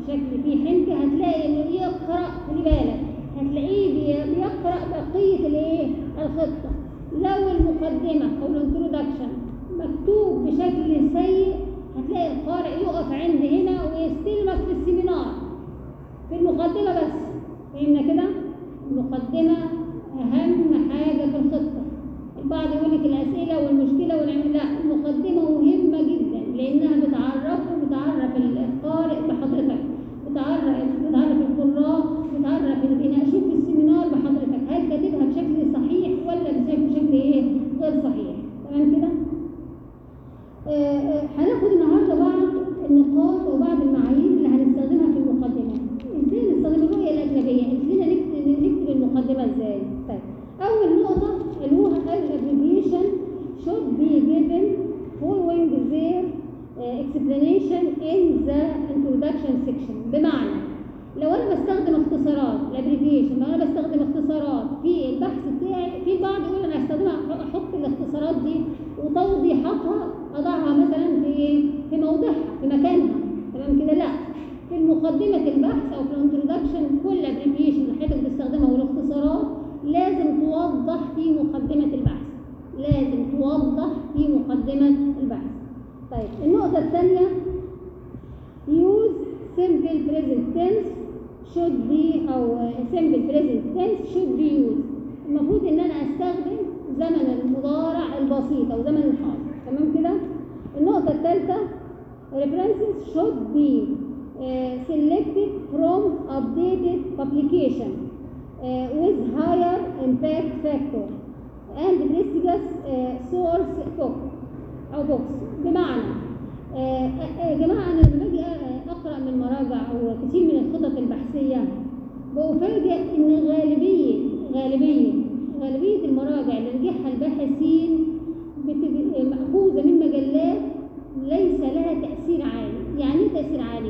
بشكل فيه حنكة هتلاقي انه يقرأ، خلي بالك هتلاقيه بيقرأ بقية الايه الخطة. لو المقدمة او الانترودكشن مكتوب بشكل سيء هتلاقي القارئ يقف عند هنا ويستلمك في السيمينار في المقدمة بس. فهمنا كده؟ المقدمة أهم حاجة في الخطة. البعض يقول لك الأسئلة والمشكلة والعمل، لا، المقدمة مهمة جدا لأنها بتعرف القارئ بحضرتك، بتعرف القراء، بتعرف البناء. شوف السيمينار بحضرتك هل كاتبها بشكل صحيح ولا بشكل ايه غير صحيح. تمام كده؟ هناخد النهارده بعض النقاط وبعض المعايير اللي هنستخدمها في المقدمة. ازاي نستخدم الرؤية الأجنبية؟ ازاي نكتب المقدمة ازاي؟ طيب، أول نقطة اللي هو abbreviation should be given following their explanation in the introduction section. بمعنى لو أنا بستخدم اختصارات الابريفيشن، لو أنا بستخدم اختصارات في البحث بتاعي، في البعض يقول أنا هستخدمها أحط الاختصارات دي وتوضيحاتها أضعها مثلا في موضعها في مكانها. تمام كده؟ لا، في مقدمة البحث أو في الانترودكشن كل ابريفيشن اللي حضرتك بتستخدمها والاختصارات لازم توضح في مقدمة البحث، لازم توضح في مقدمة البحث. طيب، النقطة الثانية use simple present tense should be أو simple present tense should be used. المفروض إن أنا أستخدم زمن المضارع البسيط أو زمن الحاضر. تمام كده؟ النقطة الثالثة references should be selected from updated publication with higher impact factor and prestigious source book أو books. بمعنى يا جماعة أنا لما باجي أقرأ من مراجع أو كثير من الخطط البحثية بفاجئ إن غالبية المراجع اللي نجحها الباحثين مأخوذة من مجلات ليس لها تأثير عالي. يعني ايه تأثير عالي؟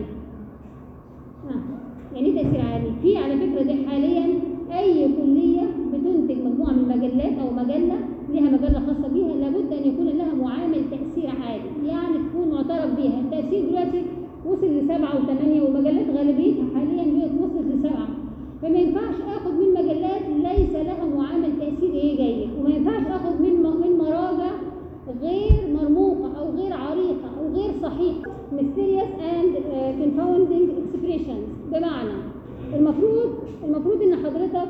يعني ايه تأثير عالي؟ في على فكرة دي حاليا أي كلية بتنتج مجموعة من المجلات أو مجلة لها مجلة خاصة بيها لابد أن يكون لها معامل تأثير عالي، يعني تكون معترف بيها. التأثير دلوقتي وصل ل7 و8 ومجلات غالبيتها حاليا وصلت ل7. فما ينفعش آخد من مجلات ليس لها معامل تأثير جيد، وما ينفعش آخد من مراجع غير مرموقة أو غير عريقة أو غير صحيحة. mysterious and confounding expressions. بمعنى المفروض إن حضرتك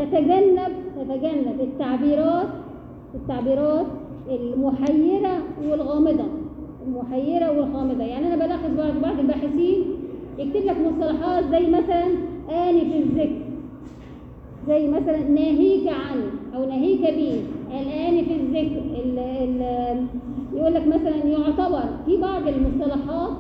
تتجنب التعبيرات المحيرة والغامضة. يعني أنا بلاحظ بعض الباحثين يكتب لك مصطلحات زي مثلا آنف الذكر، زي مثلا ناهيك عنه أو ناهيك به، الآن في الذكر. يقول لك مثلا يعتبر في بعض المصطلحات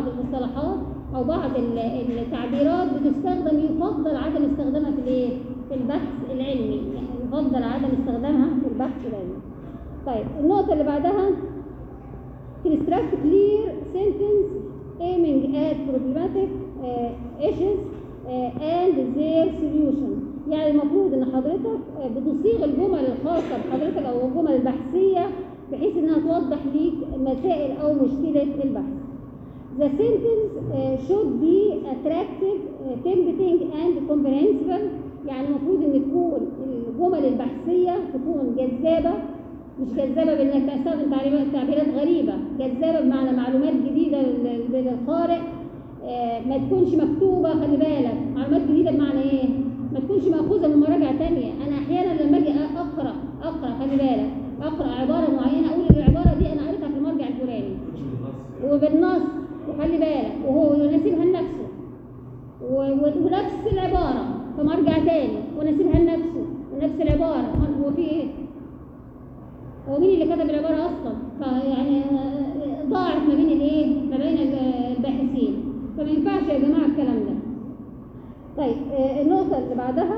أو بعض التعبيرات بتستخدم يفضل عدم استخدامها في البحث العلمي، يعني يفضل عدم استخدامها في البحث العلمي. طيب، النقطة اللي بعدها construct clear sentence aiming at problematic issues and their solution. يعني المفروض ان حضرتك بتصيغ الجمل الخاصة بحضرتك او الجمل البحثية بحيث انها توضح ليك مسائل او مشكلة البحث. The sentence should be attractive, tempting and comprehensible. يعني المفروض ان تكون الجمل البحثية تكون جذابة، مش جذابة بانك تستخدم تعبيرات غريبة، جذابة بمعنى معلومات جديدة للقارئ. ما تكونش مكتوبة، خلي بالك، معلومات جديدة بمعنى ايه؟ ما تكونش مأخوذة من مراجع تانية. انا احيانا لما اجي اقرأ خلي بالك، اقرأ عبارة معينة اقول العبارة دي انا قريتها في المرجع الفلاني وبالنص، وخلي بالك وهو يناسبها لنفسه، ونفس العبارة في مرجع تاني ونسيبها لنفسه ونفس العبارة. هو في ايه؟ هو مين اللي كتب العبارة اصلا؟ فيعني ضاعت ما بين الباحثين. فما ينفعش يا جماعة الكلام ده. طيب، النقطة اللي بعدها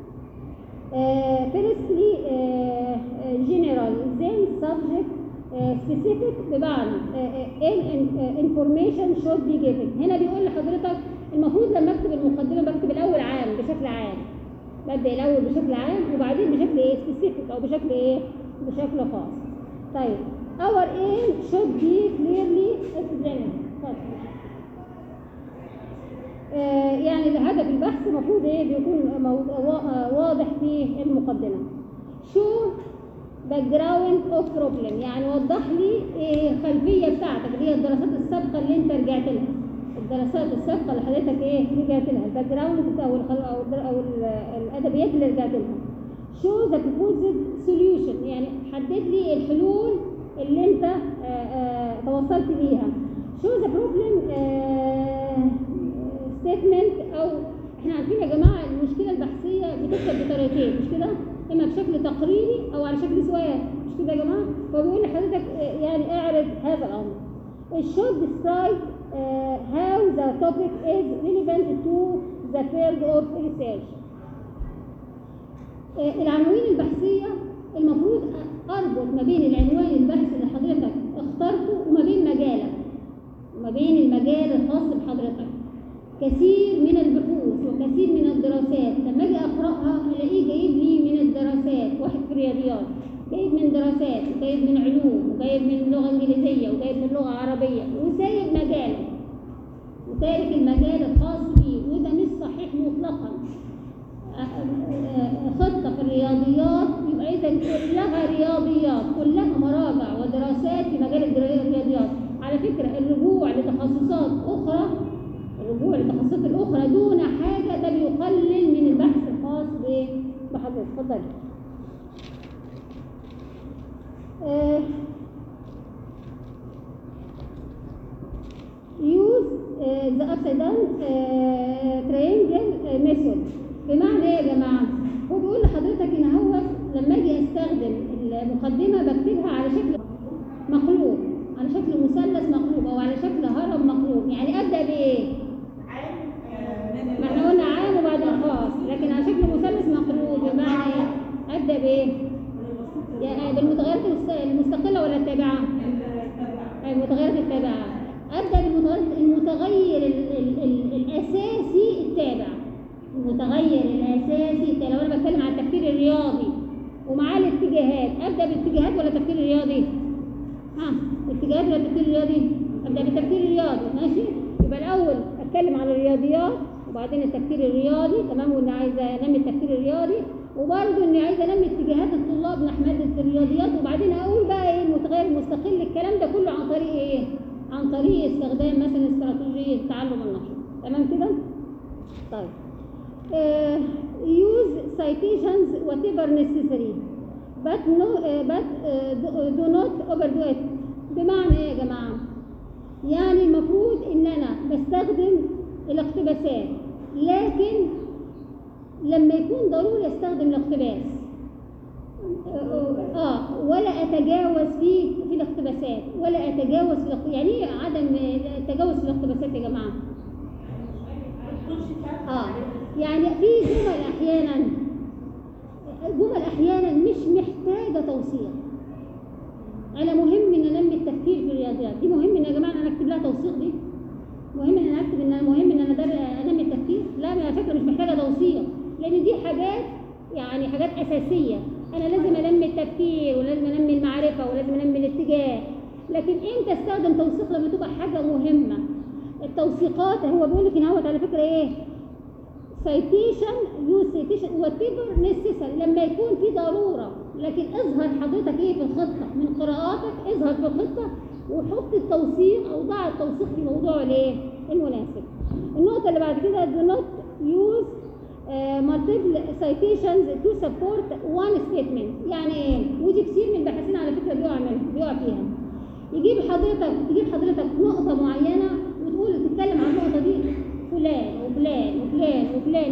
firstly general then subject specific. بمعنى information should be given. هنا بيقول لحضرتك المفروض لما اكتب المقدمة بكتب الأول عام بشكل عام، ببدأ الأول بشكل عام وبعدين بشكل specific أو بشكل خاص. طيب، our aim should be clearly explained. يعني هدف البحث المفروض بيكون واضح في المقدمة. شو باك جراوند اوف بروبلم، يعني وضح لي الخلفية بتاعتك اللي هي الدراسات السابقة اللي انت رجعت لها، الدراسات السابقة اللي حضرتك رجعت لها، الباك جراوند او الادبيات اللي رجعت لها. شو ذا بروبوزد سوليوشن، يعني حدد لي الحلول اللي انت توصلت ليها. شو ذا بروبلم ستيتمنت، او احنا عارفين يا جماعه المشكله البحثيه بتكتب بطريقتين، مش كده؟ اما بشكل تقريري او على شكل سؤال، مش كده يا جماعه؟ فبيقول لحضرتك يعني اعرض هذا الامر. should describe how the topic is relevant to the field of research. العناوين البحثيه المفروض اربط ما بين العنوان البحثي اللي حضرتك اخترته وما بين مجالك، وما بين المجال الخاص بحضرتك. كثير من البحوث وكثير من الدراسات لما اجي اقراها الاقيه جايب لي من الدراسات، واحد في الرياضيات جايب من دراسات وجايب من علوم وجايب من لغه انجليزيه وجايب من لغه عربيه، وسايب مجاله وتارك المجال الخاص بيه، وده مش صحيح مطلقا. خطه في الرياضيات يبقى اذا كلها رياضيات، كلها مراجع ودراسات في مجال الرياضيات. على فكره الرجوع لتخصصات اخرى، الرجوع للتخصصات الاخرى دون حاجه ده بيقلل من البحث الخاص بحضرتك. اتفضلي. use the upside down triangle method. بمعنى ايه يا جماعه؟ هو بيقول لحضرتك ان هو لما اجي استخدم المقدمه بكتبها على شكل مقلوب، على شكل مثلث مقلوب او على شكل هرم مقلوب. يعني ابدا بايه؟ ما احنا قلنا عام وبعدين خاص، لكن على شكل مثلث مقلوب. بمعنى ايه؟ ابدا بايه؟ يعني بالمتغيرات المستقله ولا التابعه؟ المتغيرات التابعه. ابدا بالمتغير الاساسي التابع. المتغير الاساسي التابع. لو انا بتكلم عن التفكير الرياضي ومعاه الاتجاهات، ابدا بالاتجاهات ولا التفكير الرياضي؟ الاتجاهات ولا التفكير الرياضي؟ ابدا بالتفكير الرياضي، ماشي؟ يبقى الاول اتكلم عن الرياضيات وبعدين التفكير الرياضي، تمام؟ واني عايزه انمي التفكير الرياضي، وبرضه اني عايزه انمي اتجاهات الطلاب نحو ماده الرياضيات، وبعدين اقول بقى ايه المتغير المستقل. الكلام ده كله عن طريق ايه؟ عن طريق استخدام مثلا استراتيجيه تعلم النشاط، تمام كده؟ طيب use citations whatever necessary but do not overdo it. بمعنى ايه يا جماعه؟ يعني المفروض ان انا بستخدم الاقتباسات، لكن لما يكون ضروري استخدم الاقتباس ولا اتجاوز في الاقتباسات، ولا اتجاوز في يعني ايه عدم التجاوز في الاقتباسات يا جماعه؟ يعني في جمل احيانا مش محتاجه توثيق. انا مهم ان انمي التفكير في الرياضيات، دي مهم ان يا جماعه انا اكتب لها توثيق؟ دي مهم ان انا اكتب ان مهم ان انا انمي التفكير؟ لا، على فكره مش محتاجه توثيق، لان دي حاجات يعني حاجات اساسيه. انا لازم انمي التفكير ولازم انمي المعرفه ولازم انمي الاتجاه، لكن امتى استخدم توثيق؟ لما تبقى حاجه مهمه. التوثيقات هو بيقول لك ان هو على فكره ايه؟ citation use citation whatever necessary، لما يكون في ضروره. لكن اظهر حضرتك ايه في الخطه من قراءاتك، اظهر في الخطه وحط التوثيق او ضع التوثيق في موضوعه الايه؟ المناسب. النقطه اللي بعد كده do not use multiple citations to support one statement. يعني ايه؟ ودي كتير من الباحثين على فكره بيقع فيها. تجيب حضرتك نقطه معينه وتقول تتكلم عن النقطه دي فلان وفلان وفلان وفلان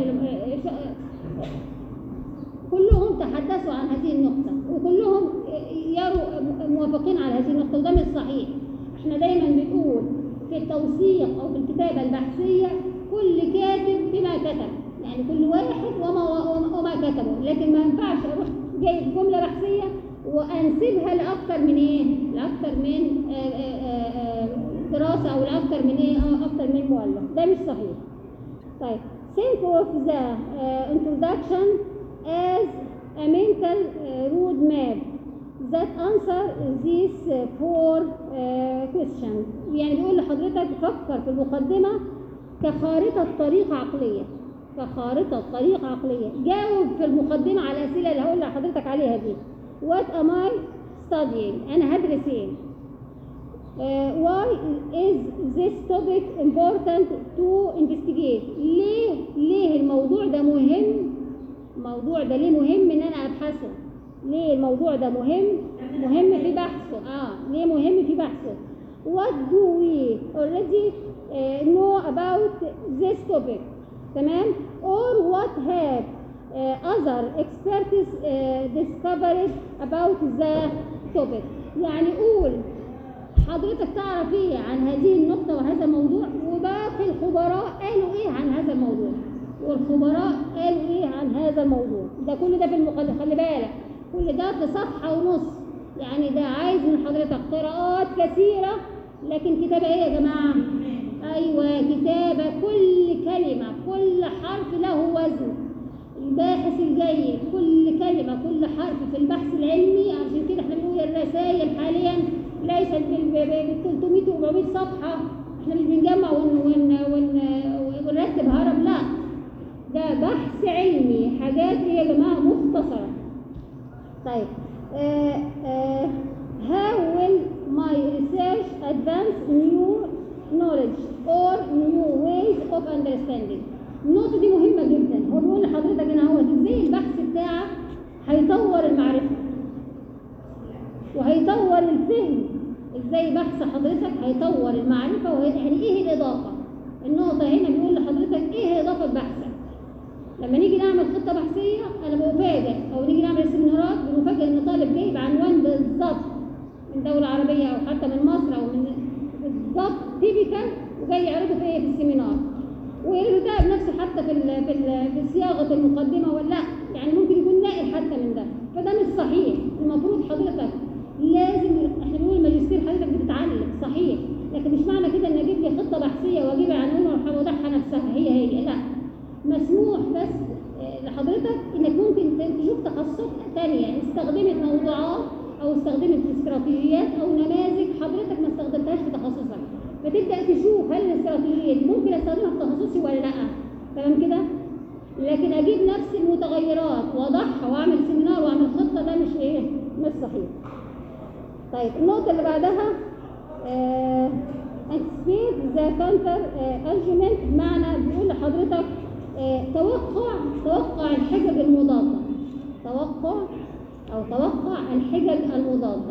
كلهم تحدثوا عن هذه النقطة وكلهم يروا موافقين على هذه النقطة، وده مش صحيح. احنا دايما بنقول في التوثيق او في الكتابة البحثية كل كاتب بما كتب، يعني كل واحد وما كتبه. لكن ما ينفعش اروح جايب جملة بحثية وانسبها لاكثر من ايه؟ لاكثر من دراسة او لاكثر من ايه؟ اكثر من مؤلف، ده مش صحيح. طيب think of the introduction as a mental road map that answer these four questions. يعني بيقول لحضرتك فكر في المقدمة كخارطة طريق عقلية. كخارطة طريق عقلية. جاوب في المقدمة على الأسئلة اللي هقول لحضرتك عليها دي. What am I studying؟ أنا هدرس إيه؟ Why is this topic important to investigate؟ ليه الموضوع ده مهم؟ الموضوع ده ليه مهم إن أنا أبحثه؟ ليه الموضوع ده مهم في بحثه؟ ليه مهم في بحثه؟ What do we already know about this topic؟ تمام؟ Or what have other experts discovered about the topic؟ يعني قول حضرتك تعرف ايه عن هذه النقطة وهذا الموضوع، وباقي الخبراء قالوا ايه عن هذا الموضوع، والخبراء قالوا ايه عن هذا الموضوع. ده كل ده في المقدمة، خلي بالك كل ده في صفحة ونص، يعني ده عايز من حضرتك قراءات كثيرة، لكن كتابة ايه يا جماعة؟ ايوه كتابة، كل كلمة كل حرف له وزن. الباحث الجيد كل كلمة كل حرف في البحث العلمي. عشان كده احنا بنقول الرسائل حاليا ليست بال 300 و 400 صفحة، احنا مش بنجمع ونرتب هرم، لا ده بحث علمي، حاجات ايه يا جماعة مختصرة. طيب how will my research advance new knowledge or new ways of understanding؟ النقطة دي مهمة جدا. هو بيقول لحضرتك هنا هو ازاي البحث بتاعك هيطور المعرفة وهيطور الفهم. ازاي بحث حضرتك هيطور المعرفة يعني ايه الإضافة؟ النقطة هنا بيقول لحضرتك ايه إضافة بحثك. لما نيجي نعمل خطة بحثية أنا بفاجئ، أو نيجي نعمل سيمينارات بنفاجئ إن طالب جايب عنوان بالظبط من دولة عربية أو حتى من مصر أو من بالظبط تيبيكال، وجاي يعرضه في إيه في السيمينار، ويرتب نفسه حتى في صياغة المقدمة ولا لا، يعني ممكن يكون ناقل حتى من ده، فده مش صحيح. المفروض حضرتك لازم، احنا بنقول الماجستير حضرتك بتتعلم صحيح، لكن مش معنى كده ان اجيب لي خطة بحثية واجيب عنوان واوضحها نفسها هي لا، مسموح بس لحضرتك انك ممكن تشوف تخصصات تانية استخدمت موضوعات او استخدمت استراتيجيات او نماذج حضرتك ما استخدمتهاش في تخصصك، فتبدأ تشوف هل الاستراتيجية دي ممكن استخدمها في تخصصي ولا لا. تمام كده؟ لكن اجيب نفس المتغيرات واضحها واعمل سيمينار واعمل خطة، ده مش ايه، مش صحيح. طيب النقطة اللي بعدها anticipate the counter argument، بمعنى بيقول لحضرتك توقع الحجج المضادة. توقع الحجج المضادة.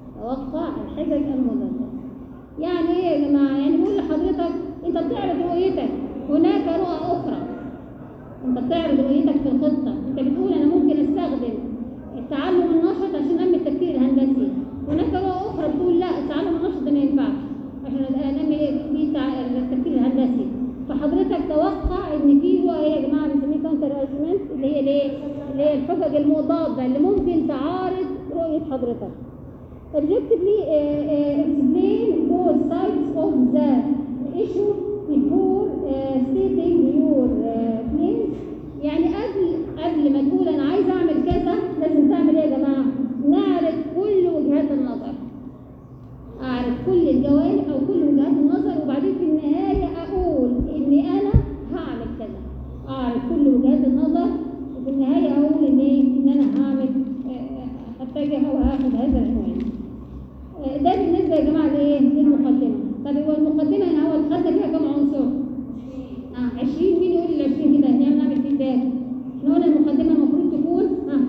يعني ايه يا جماعة؟ يعني بيقول لحضرتك انت بتعرض رؤيتك، هناك رؤى اخرى. انت بتعرض رؤيتك في الخطة، انت بتقول انا ممكن استخدم التعلم النشط عشان انمي التفكير الهندسي، هناك رؤى اخرى بتقول لا التعلم النشط ده ما ينفعش عشان انمي التفكير الهندسي. فحضرتك توقع ان في رؤى ايه يا جماعه بنسميه كاونتر ارجيومنت، اللي هي ليه؟ اللي هي الحجج المضاده اللي ممكن تعارض رؤيه حضرتك. Objectively explain both sides of the issue before stating your claims. يعني قبل ما تقول انا عايز اعمل كذا لازم تعمل ايه يا جماعه؟ نعرض كل وجهات النظر، اعرض كل الجوانب او كل وجهات النظر، وبعدين في النهايه اقول اني انا هعمل كذا. اعرض كل وجهات النظر وفي النهايه اقول ان انا هعمل اتجه او هاخد هذا العنوان. ده بالنسبه يا جماعه لايه؟ للمقدمه. طب هو المقدمه هنا هو خدنا فيها كام عنصر؟ 20. مين يقول ال 20 كده؟ نعمل فيدباك. احنا قلنا المقدمه المفروض تكون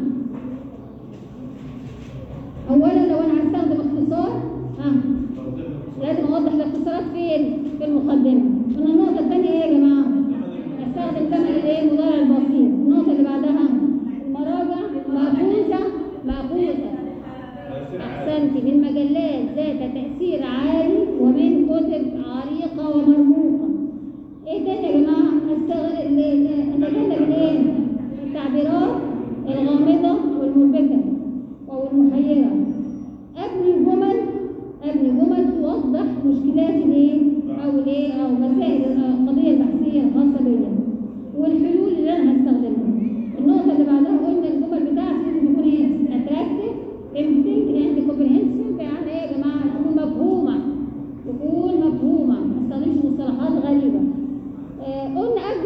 اولا لو انا هستخدم اختصار لازم اوضح الاختصارات فين؟ في المقدمه. قلنا النقطه الثانيه ايه يا جماعه؟ استخدم ثمن الايه؟ المضارع البسيط. النقطه اللي بعدها المراجع مأخوذه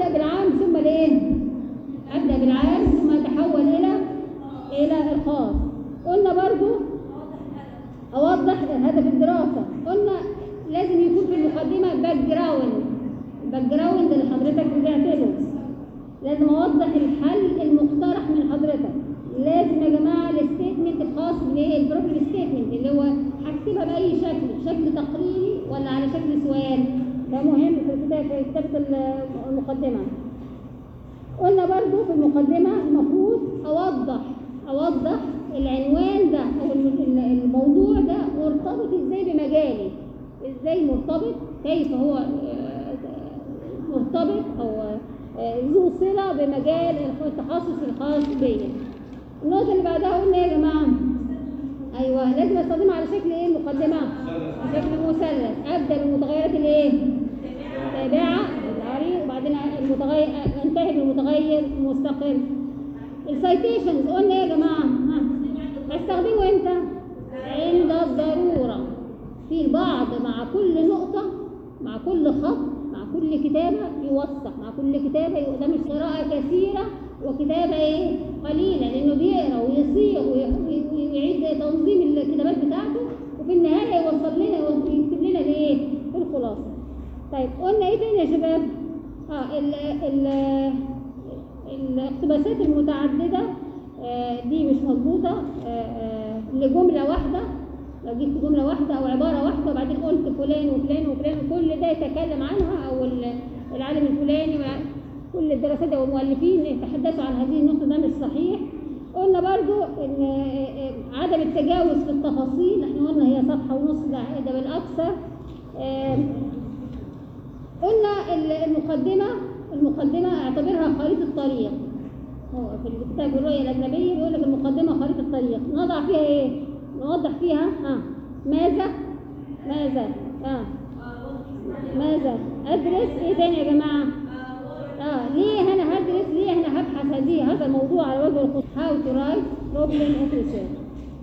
ابدا بالعام ثم الايه؟ ابدا بالعام ثم اتحول الى الخاص. قلنا برضو اوضح هدف الدراسه، قلنا لازم يكون في المقدمه باك جراوند اللي حضرتك رجعت له. لازم اوضح الحل المقترح من حضرتك. لازم يا جماعه الستيتمنت الخاص بالايه؟ البروبلم ستيتمنت اللي هو هكتبها باي شكل تقريري ولا على شكل سؤال. ده مهم في كتابه المقدمه. قلنا برضو في المقدمه المفروض اوضح العنوان ده او الموضوع ده مرتبط ازاي بمجالي، ازاي مرتبط، كيف هو مرتبط او ذو صله بمجال التخصص الخاص بيا. النقطه اللي بعدها قلنا يا جماعه ايوه لازم استخدمها على شكل ايه المقدمه؟ شكل مثلث. ابدا بالمتغيرات الايه؟ تابعه العريض، وبعدين المتغير انتهي بالمتغير مستقل. السايتيشنز قلنا يا جماعه هستخدمه امتى؟ عند الضروره. في البعض مع كل نقطه، مع كل خط، مع كل كتابه يوثق، مع كل كتابه ده مش قراءه كثيره وكتابه ايه؟ قليله، لانه بيقرا ويصيغ ويعيد تنظيم الكتابات بتاعته، وفي النهايه يوصل لنا ويكتب لنا الايه؟ الخلاصه. طيب قلنا ايه تاني يا شباب؟ الاقتباسات المتعدده دي مش مظبوطه لجمله واحده. لو جبت جمله واحده او عباره واحده وبعدين قلت فلان وفلان وفلان كل ده يتكلم عنها، او العالم الفلاني كل الدراسات والمؤلفين يتحدثوا عن هذه النقطه، ده مش صحيح. قلنا برضو ان عدم التجاوز في التفاصيل، احنا قلنا هي صفحه ونص ده بالاكثر. قلنا المقدمه اعتبرها خريطه طريق. هو في الكتاب الرؤيه الاجنبيه بيقول لك المقدمه خريطه طريق. نضع فيها ايه؟ نوضح فيها ماذا ماذا ادرس. ايه تاني يا جماعه؟ ليه انا هدرس، ليه انا هبحث هذا الموضوع على وجه الخصوص. how to write problem of research.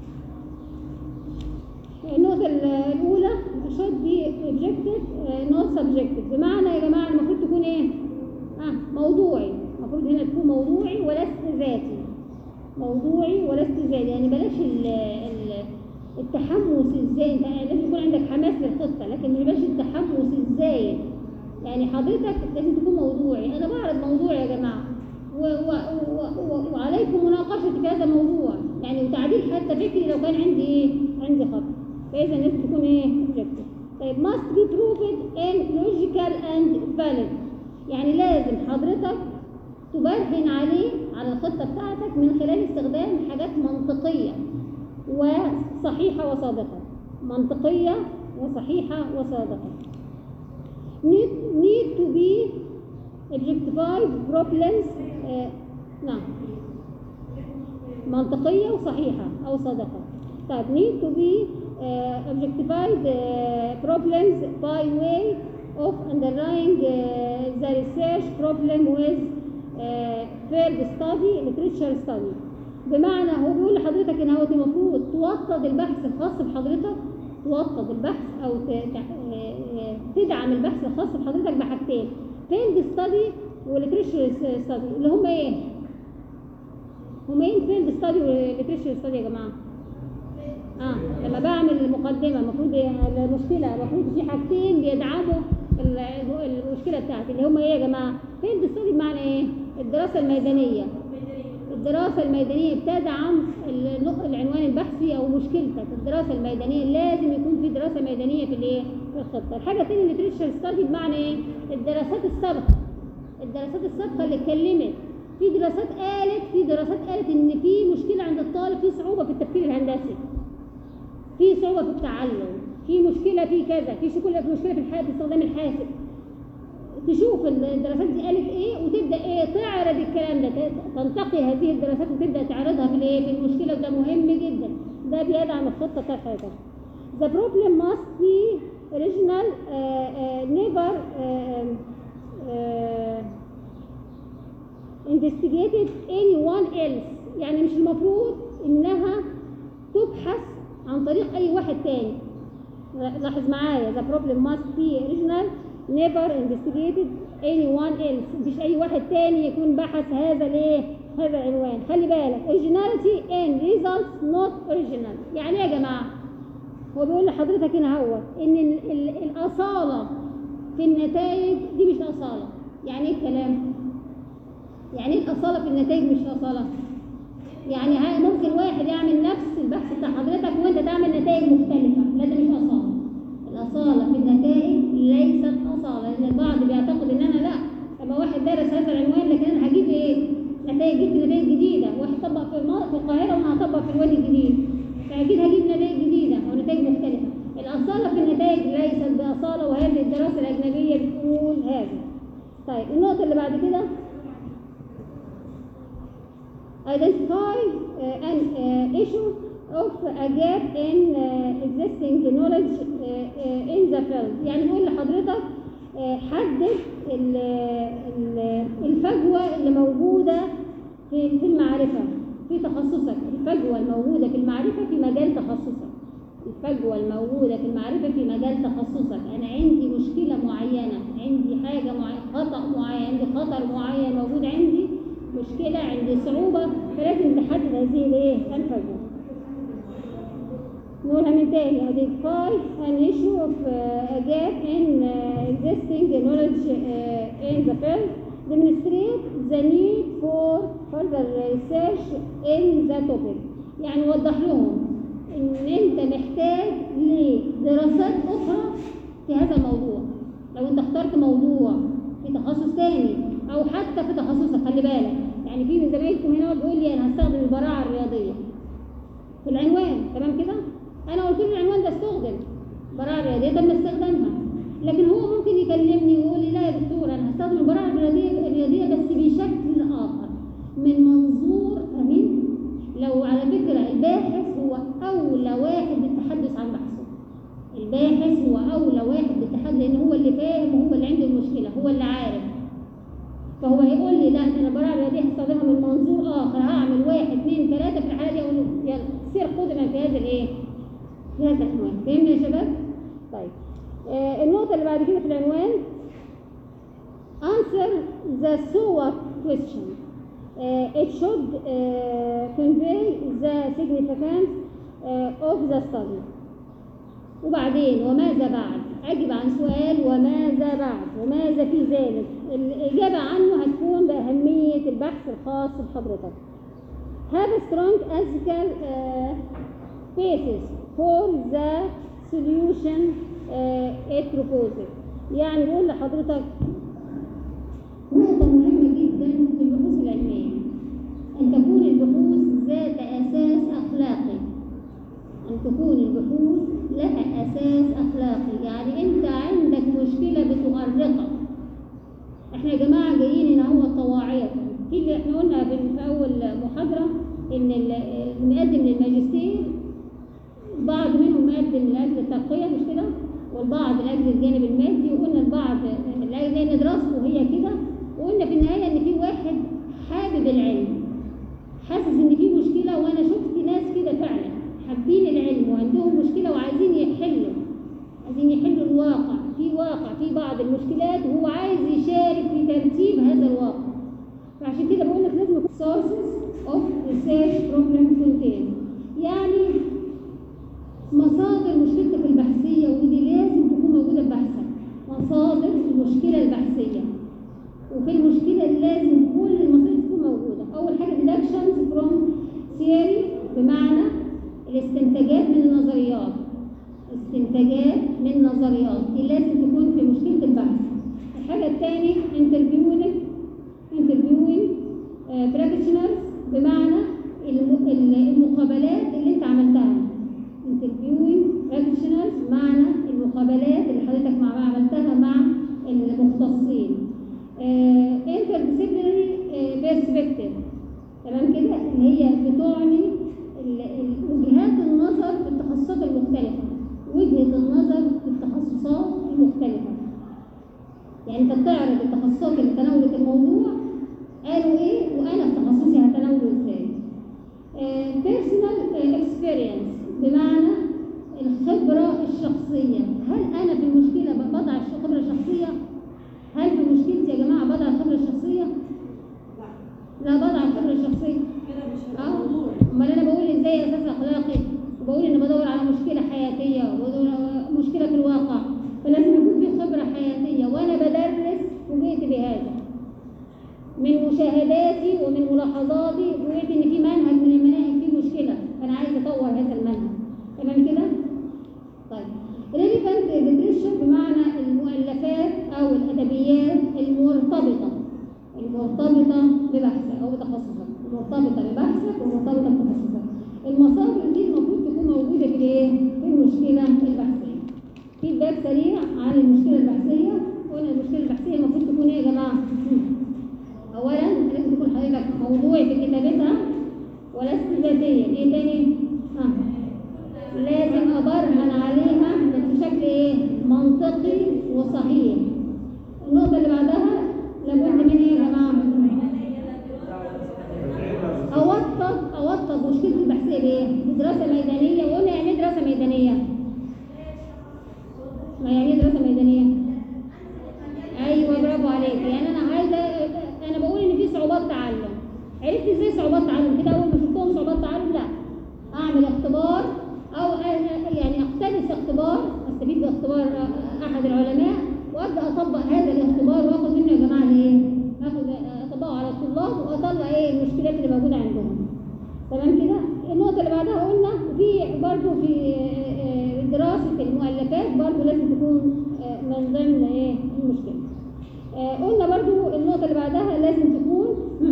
النقطه الاولى should be objective not subjective. بمعنى يا جماعه المفروض تكون ايه؟ موضوعي. المفروض هنا تكون موضوعي ولست ذاتي. موضوعي ولست ذاتي، يعني بلاش التحمس الزايد. لازم يكون عندك حماس للخطه، لكن بلاش التحمس الزايد. يعني حضرتك لازم تكون موضوعي. انا بعرض موضوع يا جماعه وعليكم مناقشه في هذا الموضوع، يعني وتعديل حتى فكري لو كان عندي ايه؟ عندي خطا. فاذا لازم تكون ايه؟ objective. طيب must be proven and logical and valid. يعني لازم حضرتك تبرهن على الخطه بتاعتك من خلال استخدام حاجات منطقيه وصحيحه وصادقه. منطقيه وصحيحه وصادقه. need to be objectified problems. نعم، منطقيه وصحيحه او صادقه. طيب need to be objectified problems by way of underlying the research problem with field study literature study. بمعنى هو بيقول لحضرتك ان هو المفروض توطد البحث الخاص بحضرتك، توطد البحث او تدعم البحث الخاص بحضرتك بحاجتين: field study وليتريتشر ستادي. اللي هم ايه؟ هم ايه field study وليتريتشر ستادي يا جماعه؟ لما بعمل المقدمه المفروض في حاجتين بيدعموا المشكله بتاعتي، اللي هم ايه يا جماعه؟ فيلد ستادي بمعنى ايه؟ الدراسه الميدانيه. الدراسه الميدانيه بتدعم العنوان البحثي او مشكلتك. الدراسه الميدانيه لازم يكون في دراسه ميدانيه في الايه؟ في الخطه. الحاجه الثانيه الليتريتشر ستادي بمعنى ايه؟ الدراسات السابقه. الدراسات السابقه اللي اتكلمت في دراسات قالت ان في مشكله عند الطالب، في صعوبه في التفكير الهندسي، في صعوبه في التعلم، في مشكله في كذا، في مشكله في استخدام الحاسب. تشوف الدراسات دي قالت ايه وتبدا ايه؟ تعرض الكلام ده، تنتقي هذه الدراسات وتبدا تعرضها في الايه؟ في المشكله. وده مهم جدا، ده بيدعم الخطه بتاعت حضرتك. The problem must be original, never investigated anyone else. يعني مش المفروض انها تبحث عن طريق اي واحد تاني. لاحظ معايا، the problem must be original never investigated anyone else، مفيش اي واحد تاني يكون بحث هذا الايه، هذا العنوان. خلي بالك originality and results not original. يعني ايه يا جماعه؟ هو بيقول لحضرتك هنا هو ان الاصاله في النتائج دي مش اصاله. يعني ايه الكلام؟ يعني ايه الاصاله في النتائج مش اصاله؟ يعني ممكن واحد يعمل نفس البحث بتاع حضرتك وانت تعمل نتائج مختلفه، لا ده مش اصاله. الاصاله في النتائج ليست اصاله، لان البعض بيعتقد ان انا لا، لما واحد دارس هذا العنوان لكن انا هجيب ايه؟ نتائج، جبت نتائج جديده. واحد طبق في القاهره وانا هطبق في الوادي الجديد، فاكيد هجيب نتائج جديده او نتائج مختلفه. الاصاله في النتائج ليست باصاله، وهذه الدراسه الاجنبيه بتقول هذا. طيب النقطه اللي بعد كده identify an issue of a gap in existing knowledge in the field. يعني بيقول لحضرتك حدد الفجوة اللي موجودة في المعرفة في تخصصك، الفجوة الموجودة في المعرفة في مجال تخصصك، الفجوة الموجودة في المعرفة في مجال تخصصك. أنا عندي مشكلة معينة، عندي حاجة معينة، خطأ معين، عندي خطر معين موجود عندي، مشكلة، عندي صعوبة، فلازم تحدد هذه الايه؟ الفجوة. نقولها من تاني identify an issue of a gap in existing knowledge in the field, demonstrate the need for further research in the topic. يعني وضح لهم ان انت محتاج لدراسات اخرى في هذا الموضوع. لو انت اخترت موضوع في تخصص تاني او حتى في تخصصك، خلي بالك، يعني في من زمايلكم هنا بيقول لي انا هستخدم البراعه الرياضيه في العنوان، تمام كده؟ انا قلت له العنوان ده استخدم براعه رياضيه، ده استخدامها. لكن هو ممكن يكلمني ويقول لي لا يا دكتور انا هستخدم البراعه الرياضيه بس بشكل اخر، من منظور امين. لو على فكره الباحث هو اولى واحد بالتحدث عن بحثه، الباحث هو اولى واحد بالتحدث، لان هو اللي فاهم وهو اللي عنده المشكله، هو اللي عارف. فهو هيقول لي لا انا البراعه الرياضيه هستخدمها من منظور اخر، هعمل 1 2 3 في الحاله دي، اقول له يلا سير قدما في هذا الايه؟ في هذا العنوان. فهمنا يا شباب؟ طيب النقطه اللي بعد كده في العنوان answer the so what question. It should convey the significance of the study. وبعدين وماذا بعد؟ أجب عن سؤال وماذا بعد؟ وماذا في ذلك؟ الإجابة عنه هتكون بأهمية البحث الخاص بحضرتك. Have a strong ethical basis for the solution it proposes. يعني بقول لحضرتك نقطة مهمة جدا في البحوث العلمية، أن تكون البحوث ذات أساس أخلاقي، أن تكون البحوث لها أساس أخلاقي. يعني أنت عندك مشكلة بتؤرقك. إحنا يا جماعة جايين هنا هو طواعية، اللي إحنا قلنا في أول محاضرة إن المقدم للماجستير بعض منهم مقدم لأجل الترقية مش كده؟ والبعض لأجل الجانب المادي، وقلنا البعض لأن دراسته هي كده، وقلنا في النهاية إن في واحد حابب العلم، حاسس إن في مشكلة، وأنا شفت ناس كده فعلا حابين العلم وعندهم مشكلة وعايزين يحلوا الواقع، في بعض المشكلات وهو عايز يشارك في ترتيب هذا الواقع. فعشان كده بقول لك لازم يكون sources of research problem contain، يعني مصادر مشكلتك البحثية، ودي لازم تكون موجودة في بحثك، مصادر المشكلة البحثية. وفي المشكلة لازم كل المصادر تكون موجودة. أول حاجة deductions from theory، بمعنى الاستنتاجات من النظريات، دي لازم تكون في مشكلة البحث. الحاجة الثانية interviewing practitioners، بمعنى المقابلات اللي انت عملتها. interviewing practitioners معنى المقابلات اللي حضرتك عملتها مع المختصين. interdisciplinary perspective، تمام كده، اللي هي بتعني وجهات النظر في التخصصات المختلفة، يعني انت بتعرض التخصصات اللي تناولت الموضوع قالوا ايه وانا في تخصصي هتناوله ازاي. personal experience، بمعنى الخبرة الشخصية. هل انا في المشكلة بضع الخبرة الشخصية؟ هل في مشكلتي يا الخبره الشخصيه. امال انا بقول ازاي اساس اخلاقي، وبقول ان بدور على مشكله حياتيه وبدور على مشكله في الواقع، فلازم يكون في خبره حياتيه. وانا بدرس فوجئت بهذا من مشاهداتي ومن ملاحظاتي، فوجئت ان في منهج من المناهج فيه مشكله، فانا عايزه اطور هذا المنهج. تمام كده؟ طيب relevant literature بمعنى المؤلفات او الادبيات المرتبطه ببحثك او بتخصصك، مرتبطه ببحثك ومرتبطه بتخصصك. المصادر دي المفروض تكون موجوده في الايه؟ في المشكله البحثيه. فيدباك سريع عن المشكله البحثيه. قلنا المشكله البحثيه المفروض تكون ايه يا جماعه؟ اولا لازم تكون حضرتك موضوعي في كتابتها ولست ذاتيه. ايه تاني؟ لازم ابرهن عليها بشكل ايه؟ منطقي وصحيح. النقطه اللي بعدها لابد من ايه يا جماعه؟ اوطد مشكله البحثيه بايه؟ بدراسه ميدانيه. وقلنا يعني ايه دراسه ميدانيه؟ ما يعني ايه دراسه ميدانيه؟ ايوه برافو عليك. يعني انا بقول ان في صعوبات تعلم. عرفت ازاي صعوبات تعلم؟ كده اول ما شفتهم صعوبات تعلم لا اعمل اختبار او يعني اقتبس اختبار، استفيد باختبار احد العلماء وابدا اطبق هذا الاختبار واخد منه يا جماعه ايه؟ اطبقه على الطلاب واطلع ايه المشكلات اللي موجوده عندهم. تمام كده؟ النقطه اللي بعدها قلنا في برضو في دراسه المؤلفات برضو لازم تكون من ضمن ايه المشكله. قلنا برضو النقطه اللي بعدها لازم تكون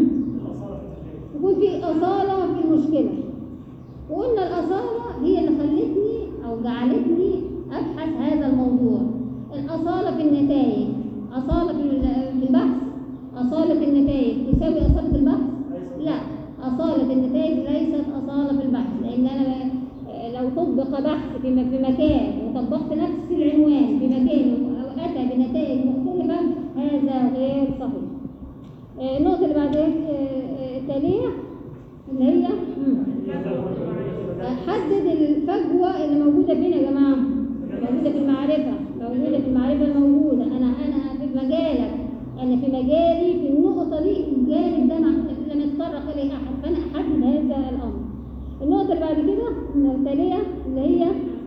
في اصاله في المشكله. وقلنا الاصاله هي اللي خلتني او جعلتني ابحث هذا الموضوع. الاصاله في النتائج، اصاله في البحث، اصاله النتائج تساوي اصاله البحث؟ لا، اصاله النتائج ليست اصاله في البحث. لان انا لو طبق بحث في مكان وطبقت نفس العنوان في مكان واتى بنتائج مختلفه هذا غير صحيح. النقطه اللي بعدها التاليه اللي هي حدد الفجوه اللي موجوده فين يا جماعه؟ موجوده في المعرفه، موجوده في المعرفه الموجوده. انا في مجالك، انا في مجالي في النقطه دي الجانب ده لم يتطرق اليه احد، فانا احدد هذا الامر. النقطه اللي بعد كده التاليه اللي هي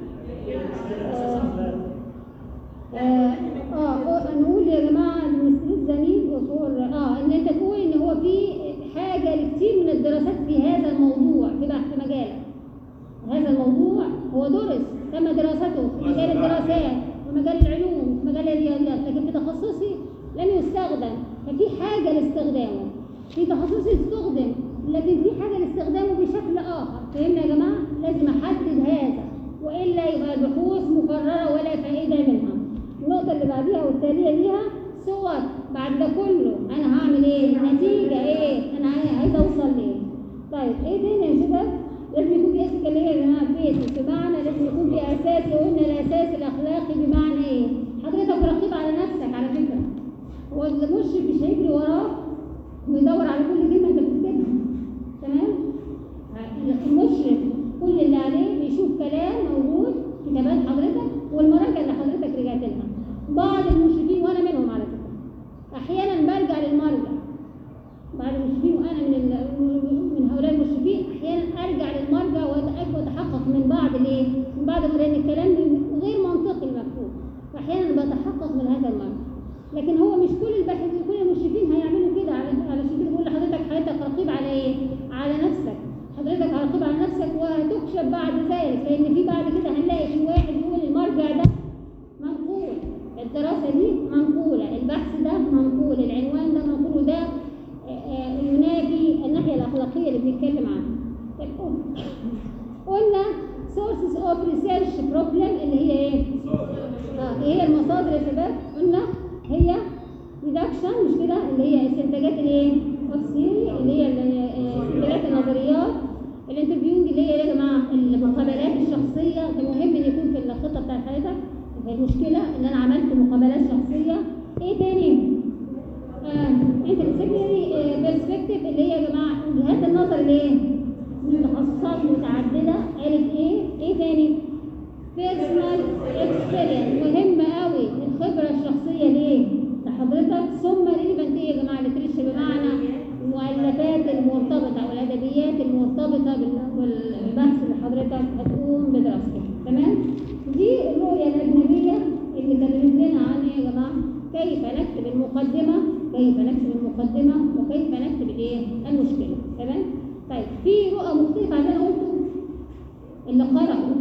نقول يا جماعه المسؤول زميل وصور ان انت تقول ان هو في حاجه لكثير من الدراسات في هذا الموضوع في مجالك. هذا الموضوع هو درس تم دراسته في مجال الدراسات ومجال العلوم ومجال الرياضيات، لكن في تخصصي لم يستخدم، ففي حاجه لاستخدامه. في تخصصي استخدم لكن في حاجه لاستخدامه بشكل اخر. فهمنا يا جماعه؟ لازم احدد هذا والا يبقى البحوث مكرره ولا فائده منها. النقطه اللي بعديها والتاليه ليها صور. بعد ده كله انا هعمل ايه؟ نتيجه ايه؟ انا عايزه اوصل لايه؟ طيب ايه تاني يا شباب؟ لازم يكون في اساس اللي هي يا جماعه بيسك، بمعنى لازم يكون في اساس. قلنا الاساس الاخلاقي بمعنى ايه؟ حضرتك رقيب على نفسك على فكره. هو المشرف مش هيجري وراك ويدور على كل كلمه انت بتكتبها. تمام؟ المشرف كل اللي عليه بيشوف كلام موجود في كتابات حضرتك والمراجع اللي حضرتك رجعت لها. بعض المشرفين وانا منهم على فكره احيانا برجع للمرجع. بعض المشرفين وانا من هؤلاء المشرفين احيانا ارجع للمرجع واتحقق من بعض لان الكلام غير منطقي المكتوب، فاحيانا بتحقق من هذا المرجع. لكن هو مش كل الباحثين كل المشرفين هيعملوا كده. علشان كده بقول لحضرتك رقيب على ايه؟ على نفسك. حضرتك رقيب على نفسك وهتكشف بعد ذلك، لان في بعد كده هنلاقي في واحد يقول المرجع ده منقول، الدراسه دي منقوله، البحث ده منقول، العنوان ده منقول، وده ينافي الناحيه الاخلاقيه اللي بنتكلم عنها. قلنا sources of research problem اللي هي ايه؟ هي المصادر يا شباب. قلنا هي reduction مش كده؟ اللي هي استنتاجات الايه؟ التفسيري اللي هي استنتاجات النظريات. الانترفيوينج اللي هي يا جماعه المقابلات الشخصيه. ده مهم ان يكون في الخطه بتاعت حضرتك. المشكله ان انا عملت مقابلات شخصيه. ايه تاني؟ interdisciplinary perspective اللي هي يا جماعه وجهات النظر الايه؟ من تخصصات متعدده. قالت ايه؟ ايه تاني؟ personal experience مهمه قوي، الخبره الشخصيه ليه؟ لحضرتك. ثم relevant ايه يا جماعه؟ literature بمعنى المؤلفات المرتبطه مرتبطة بالبحث اللي حضرتك هتقوم بدراسته. تمام؟ دي الرؤية الأجنبية اللي كلمت لنا عن إيه يا جماعة؟ كيف نكتب المقدمة، وكيف نكتب الإيه؟ المشكلة. تمام؟ طيب في رؤى مختلفة عن اللي أنا قلته، اللي قرأوا